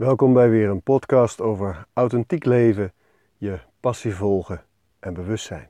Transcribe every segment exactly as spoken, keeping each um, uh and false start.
Welkom bij weer een podcast over authentiek leven, je passie volgen en bewustzijn.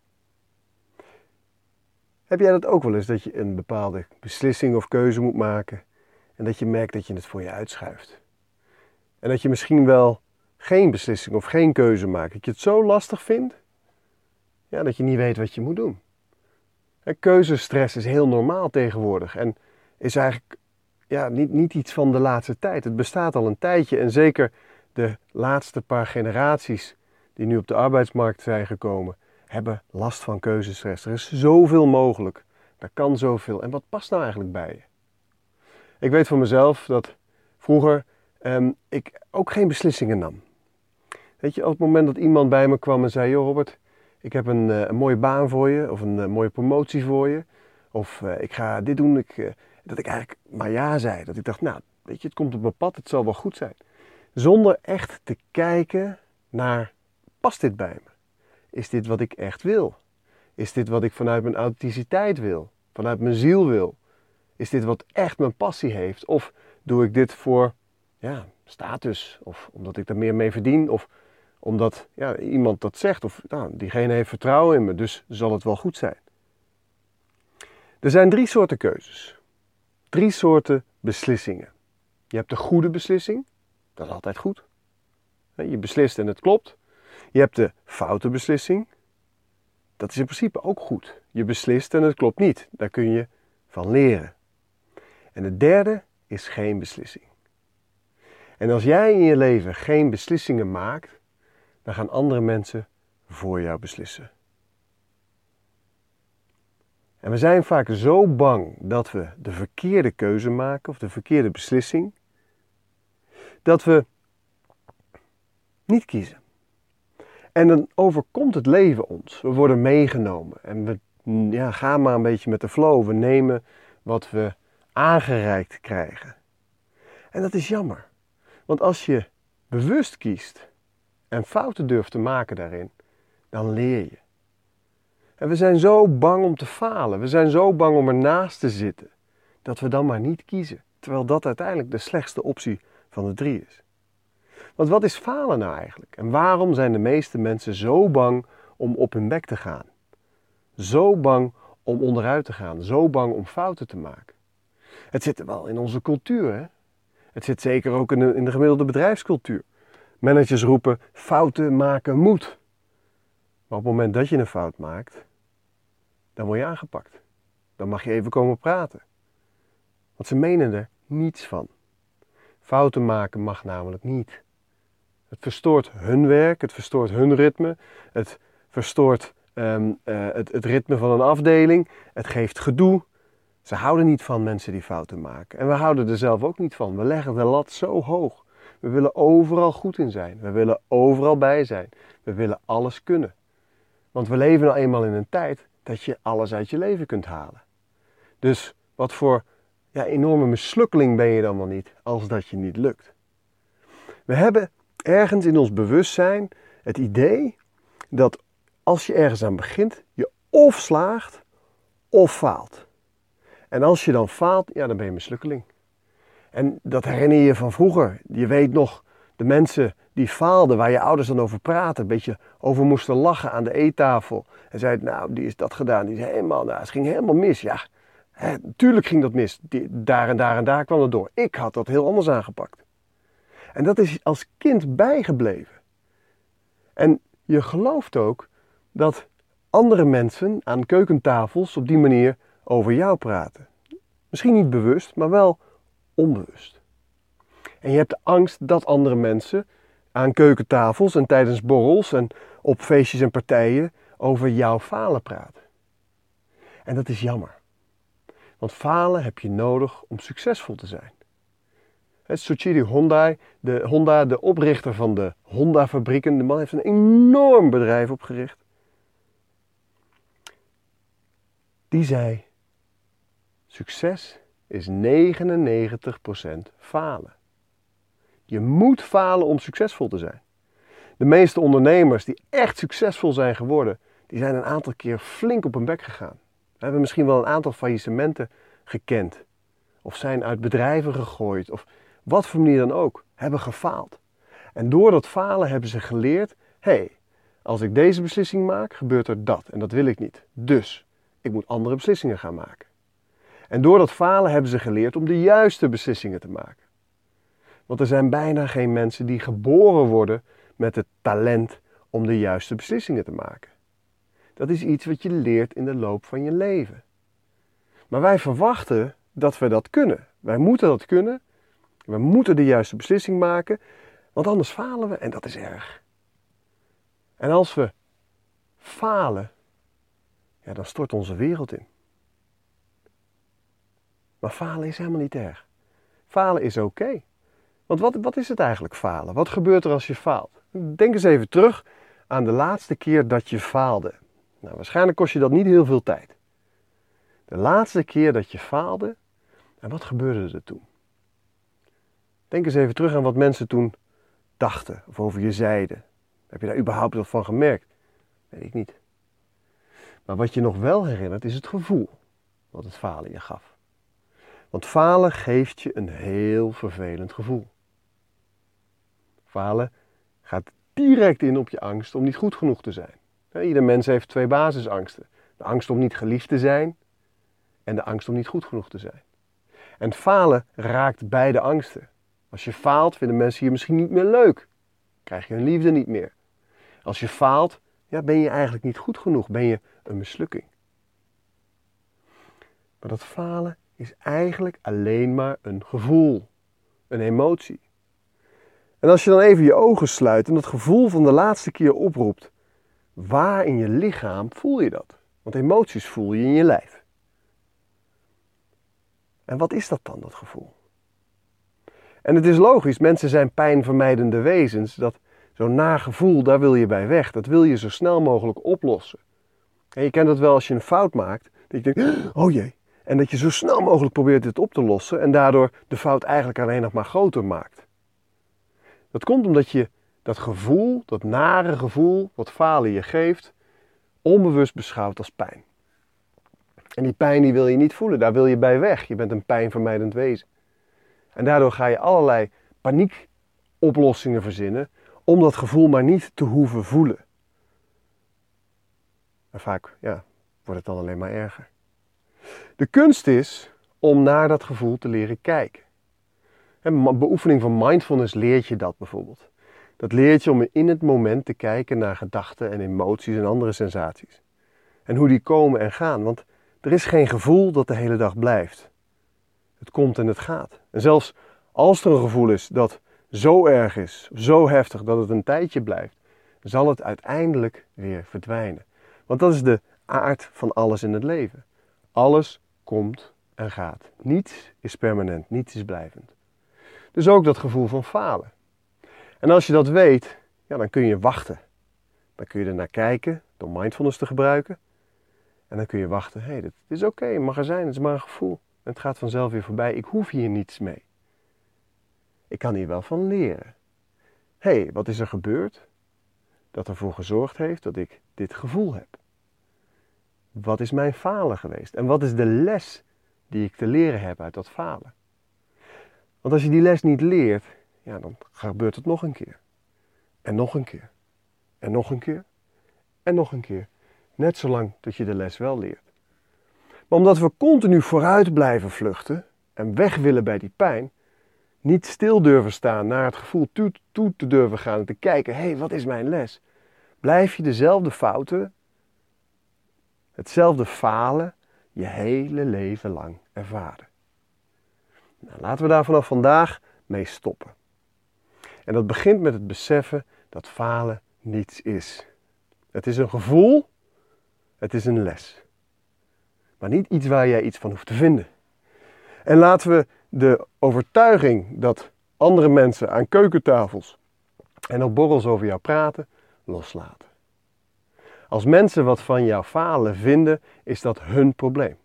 Heb jij dat ook wel eens, dat je een bepaalde beslissing of keuze moet maken en dat je merkt dat je het voor je uitschuift? En dat je misschien wel geen beslissing of geen keuze maakt, dat je het zo lastig vindt, ja, dat je niet weet wat je moet doen. En keuzestress is heel normaal tegenwoordig en is eigenlijk ja, niet, niet iets van de laatste tijd. Het bestaat al een tijdje en zeker de laatste paar generaties die nu op de arbeidsmarkt zijn gekomen, hebben last van keuzestress. Er is zoveel mogelijk, er kan zoveel. En wat past nou eigenlijk bij je? Ik weet van mezelf dat vroeger eh, ik ook geen beslissingen nam. Weet je, op het moment dat iemand bij me kwam en zei: joh Robert, ik heb een, uh, een mooie baan voor je, of een uh, mooie promotie voor je, of uh, ik ga dit doen, ik, uh, dat ik eigenlijk maar ja zei. Dat ik dacht, nou, weet je, het komt op mijn pad, het zal wel goed zijn. Zonder echt te kijken naar, past dit bij me? Is dit wat ik echt wil? Is dit wat ik vanuit mijn authenticiteit wil? Vanuit mijn ziel wil? Is dit wat echt mijn passie heeft? Of doe ik dit voor ja, status? Of omdat ik er meer mee verdien? Of omdat ja, iemand dat zegt? Of nou, diegene heeft vertrouwen in me, dus zal het wel goed zijn. Er zijn drie soorten keuzes. Drie soorten beslissingen. Je hebt de goede beslissing. Dat is altijd goed. Je beslist en het klopt. Je hebt de foute beslissing. Dat is in principe ook goed. Je beslist en het klopt niet. Daar kun je van leren. En de derde is geen beslissing. En als jij in je leven geen beslissingen maakt, dan gaan andere mensen voor jou beslissen. En we zijn vaak zo bang dat we de verkeerde keuze maken of de verkeerde beslissing, dat we niet kiezen. En dan overkomt het leven ons. We worden meegenomen en we ja, gaan maar een beetje met de flow. We nemen wat we aangereikt krijgen. En dat is jammer. Want als je bewust kiest en fouten durft te maken daarin, dan leer je. En we zijn zo bang om te falen. We zijn zo bang om ernaast te zitten, dat we dan maar niet kiezen. Terwijl dat uiteindelijk de slechtste optie van de drie is. Want wat is falen nou eigenlijk? En waarom zijn de meeste mensen zo bang om op hun bek te gaan? Zo bang om onderuit te gaan. Zo bang om fouten te maken. Het zit er wel in onze cultuur, hè? Het zit zeker ook in de, in de gemiddelde bedrijfscultuur. Managers roepen, fouten maken moet. Maar op het moment dat je een fout maakt, dan word je aangepakt. Dan mag je even komen praten. Want ze menen er niets van. Fouten maken mag namelijk niet. Het verstoort hun werk, het verstoort hun ritme, het verstoort um, uh, het, het ritme van een afdeling, het geeft gedoe. Ze houden niet van mensen die fouten maken. En we houden er zelf ook niet van. We leggen de lat zo hoog. We willen overal goed in zijn. We willen overal bij zijn. We willen alles kunnen. Want we leven nou eenmaal in een tijd dat je alles uit je leven kunt halen. Dus wat voor ja, enorme mislukkeling ben je dan wel niet als dat je niet lukt. We hebben ergens in ons bewustzijn het idee dat als je ergens aan begint, je of slaagt of faalt. En als je dan faalt, ja, dan ben je mislukkeling. En dat herinner je je van vroeger. Je weet nog, de mensen die faalden, waar je ouders dan over praten, een beetje over moesten lachen aan de eettafel. En zeiden, nou, die is dat gedaan, die is helemaal, nou, het ging helemaal mis. Ja, hè, natuurlijk ging dat mis. Die, daar en daar en daar kwam het door. Ik had dat heel anders aangepakt. En dat is als kind bijgebleven. En je gelooft ook dat andere mensen aan keukentafels op die manier over jou praten. Misschien niet bewust, maar wel onbewust. En je hebt de angst dat andere mensen aan keukentafels en tijdens borrels en op feestjes en partijen over jouw falen praten. En dat is jammer. Want falen heb je nodig om succesvol te zijn. Soichiro Honda, de, Honda, de oprichter van de Honda-fabrieken, de man heeft een enorm bedrijf opgericht. Die zei, succes is negenennegentig procent falen. Je moet falen om succesvol te zijn. De meeste ondernemers die echt succesvol zijn geworden, die zijn een aantal keer flink op hun bek gegaan. We hebben misschien wel een aantal faillissementen gekend. Of zijn uit bedrijven gegooid, of wat voor manier dan ook. hebben gefaald. En door dat falen hebben ze geleerd, hé, hey, als ik deze beslissing maak, gebeurt er dat. En dat wil ik niet. Dus, ik moet andere beslissingen gaan maken. En door dat falen hebben ze geleerd om de juiste beslissingen te maken. Want er zijn bijna geen mensen die geboren worden met het talent om de juiste beslissingen te maken. Dat is iets wat je leert in de loop van je leven. Maar wij verwachten dat we dat kunnen. Wij moeten dat kunnen. We moeten de juiste beslissing maken, want anders falen we en dat is erg. En als we falen, ja, dan stort onze wereld in. Maar falen is helemaal niet erg. Falen is oké. Okay. Want wat, wat is het eigenlijk falen? Wat gebeurt er als je faalt? Denk eens even terug aan de laatste keer dat je faalde. Nou, waarschijnlijk kost je dat niet heel veel tijd. De laatste keer dat je faalde, en wat gebeurde er toen? Denk eens even terug aan wat mensen toen dachten of over je zeiden. Heb je daar überhaupt wat van gemerkt? Weet ik niet. Maar wat je nog wel herinnert is het gevoel wat het falen je gaf. Want falen geeft je een heel vervelend gevoel. Falen gaat direct in op je angst om niet goed genoeg te zijn. Ieder mens heeft twee basisangsten. De angst om niet geliefd te zijn en de angst om niet goed genoeg te zijn. En falen raakt beide angsten. Als je faalt vinden mensen je misschien niet meer leuk. Krijg je hun liefde niet meer. Als je faalt, ja, ben je eigenlijk niet goed genoeg. Ben je een mislukking. Maar dat falen is eigenlijk alleen maar een gevoel. Een emotie. En als je dan even je ogen sluit en dat gevoel van de laatste keer oproept. Waar in je lichaam voel je dat? Want emoties voel je in je lijf. En wat is dat dan, dat gevoel? En het is logisch, mensen zijn pijnvermijdende wezens. Dat zo'n naar gevoel, daar wil je bij weg. Dat wil je zo snel mogelijk oplossen. En je kent dat wel als je een fout maakt. Dat je denkt, oh jee. En dat je zo snel mogelijk probeert dit op te lossen. En daardoor de fout eigenlijk alleen nog maar groter maakt. Dat komt omdat je dat gevoel, dat nare gevoel, wat falen je geeft, onbewust beschouwt als pijn. En die pijn die wil je niet voelen, daar wil je bij weg. Je bent een pijnvermijdend wezen. En daardoor ga je allerlei paniekoplossingen verzinnen om dat gevoel maar niet te hoeven voelen. En vaak, ja, wordt het dan alleen maar erger. De kunst is om naar dat gevoel te leren kijken. En beoefening van mindfulness leert je dat bijvoorbeeld. Dat leert je om in het moment te kijken naar gedachten en emoties en andere sensaties. En hoe die komen en gaan, want er is geen gevoel dat de hele dag blijft. Het komt en het gaat. En zelfs als er een gevoel is dat zo erg is, zo heftig dat het een tijdje blijft, zal het uiteindelijk weer verdwijnen. Want dat is de aard van alles in het leven. Alles komt en gaat. Niets is permanent, niets is blijvend. Dus ook dat gevoel van falen. En als je dat weet, ja, dan kun je wachten. Dan kun je er naar kijken door mindfulness te gebruiken. En dan kun je wachten, hé, hey, dit is oké, okay, het mag er zijn, het is maar een gevoel. En het gaat vanzelf weer voorbij, ik hoef hier niets mee. Ik kan hier wel van leren. Hé, hey, wat is er gebeurd dat ervoor gezorgd heeft dat ik dit gevoel heb? Wat is mijn falen geweest? En wat is de les die ik te leren heb uit dat falen? Want als je die les niet leert, ja, dan gebeurt het nog een keer. En nog een keer. En nog een keer. En nog een keer. Net zolang tot je de les wel leert. Maar omdat we continu vooruit blijven vluchten en weg willen bij die pijn, niet stil durven staan, naar het gevoel toe, toe te durven gaan en te kijken, hé, hey, wat is mijn les? Blijf je dezelfde fouten, hetzelfde falen, je hele leven lang ervaren. Nou, laten we daar vanaf vandaag mee stoppen. En dat begint met het beseffen dat falen niets is. Het is een gevoel, het is een les. Maar niet iets waar jij iets van hoeft te vinden. En laten we de overtuiging dat andere mensen aan keukentafels en op borrels over jou praten, loslaten. Als mensen wat van jouw falen vinden, is dat hun probleem.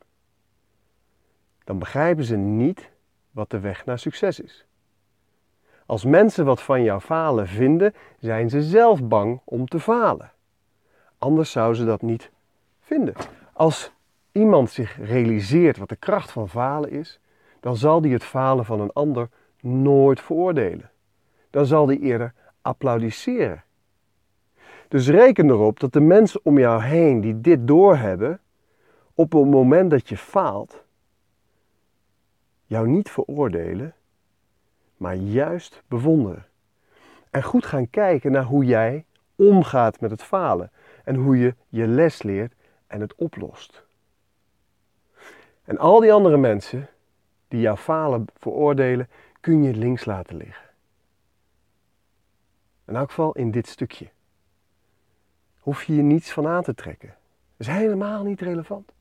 Dan begrijpen ze niet wat de weg naar succes is. Als mensen wat van jouw falen vinden, zijn ze zelf bang om te falen. Anders zouden ze dat niet vinden. Als iemand zich realiseert wat de kracht van falen is, dan zal die het falen van een ander nooit veroordelen. dan zal die eerder applaudisseren. Dus reken erop dat de mensen om jou heen die dit doorhebben, op het moment dat je faalt, jou niet veroordelen, maar juist bewonderen. En goed gaan kijken naar hoe jij omgaat met het falen. En hoe je je les leert en het oplost. En al die andere mensen die jouw falen veroordelen, kun je links laten liggen. In elk geval in dit stukje. Hoef je je niets van aan te trekken. Dat is helemaal niet relevant.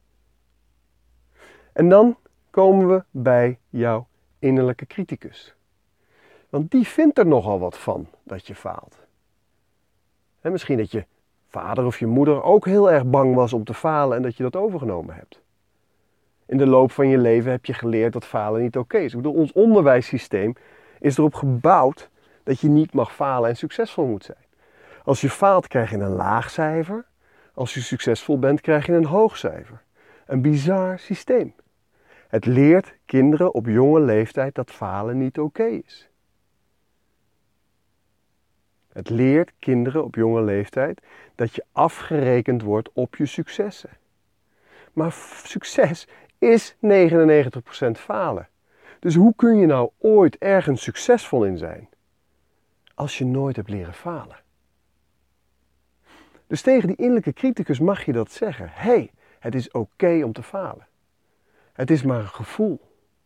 En dan komen we bij jouw innerlijke criticus. Want die vindt er nogal wat van dat je faalt. En misschien dat je vader of je moeder ook heel erg bang was om te falen en dat je dat overgenomen hebt. In de loop van je leven heb je geleerd dat falen niet oké is. Ik bedoel, ons onderwijssysteem is erop gebouwd dat je niet mag falen en succesvol moet zijn. Als je faalt krijg je een laag cijfer. Als je succesvol bent krijg je een hoog cijfer. Een bizar systeem. Het leert kinderen op jonge leeftijd dat falen niet oké is. Het leert kinderen op jonge leeftijd dat je afgerekend wordt op je successen. Maar succes is negenennegentig procent falen. Dus hoe kun je nou ooit ergens succesvol in zijn als je nooit hebt leren falen? Dus tegen die innerlijke criticus mag je dat zeggen. Hé, hey, het is oké om te falen. Het is maar een gevoel.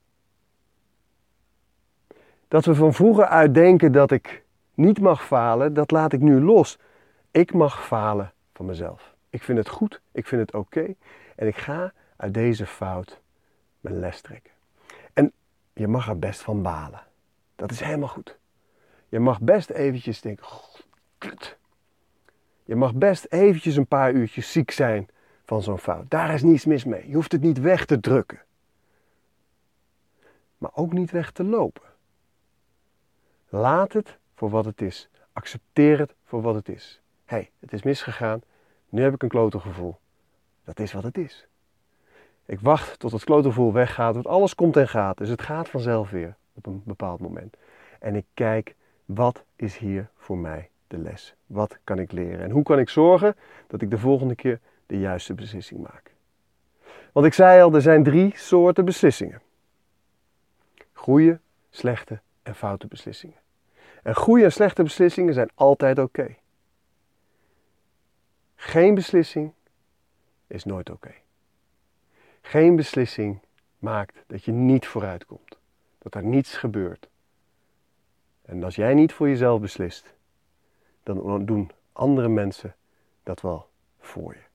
Dat we van vroeger uit denken dat ik niet mag falen, dat laat ik nu los. Ik mag falen van mezelf. Ik vind het goed, ik vind het oké. En ik ga uit deze fout mijn les trekken. En je mag er best van balen. Dat is helemaal goed. Je mag best eventjes denken, kut. Je mag best eventjes een paar uurtjes ziek zijn van zo'n fout. Daar is niets mis mee. Je hoeft het niet weg te drukken. Maar ook niet weg te lopen. Laat het voor wat het is. Accepteer het voor wat het is. Hé, hey, het is misgegaan. Nu heb ik een klote gevoel. Dat is wat het is. Ik wacht tot het klote gevoel weggaat, want alles komt en gaat. Dus het gaat vanzelf weer op een bepaald moment. En ik kijk, wat is hier voor mij de les? Wat kan ik leren? En hoe kan ik zorgen dat ik de volgende keer de juiste beslissing maak? Want ik zei al, er zijn drie soorten beslissingen. Goede, slechte en foute beslissingen. En goede en slechte beslissingen zijn altijd oké. Geen beslissing is nooit oké. Geen beslissing maakt dat je niet vooruit komt. Dat er niets gebeurt. En als jij niet voor jezelf beslist, dan doen andere mensen dat wel voor je.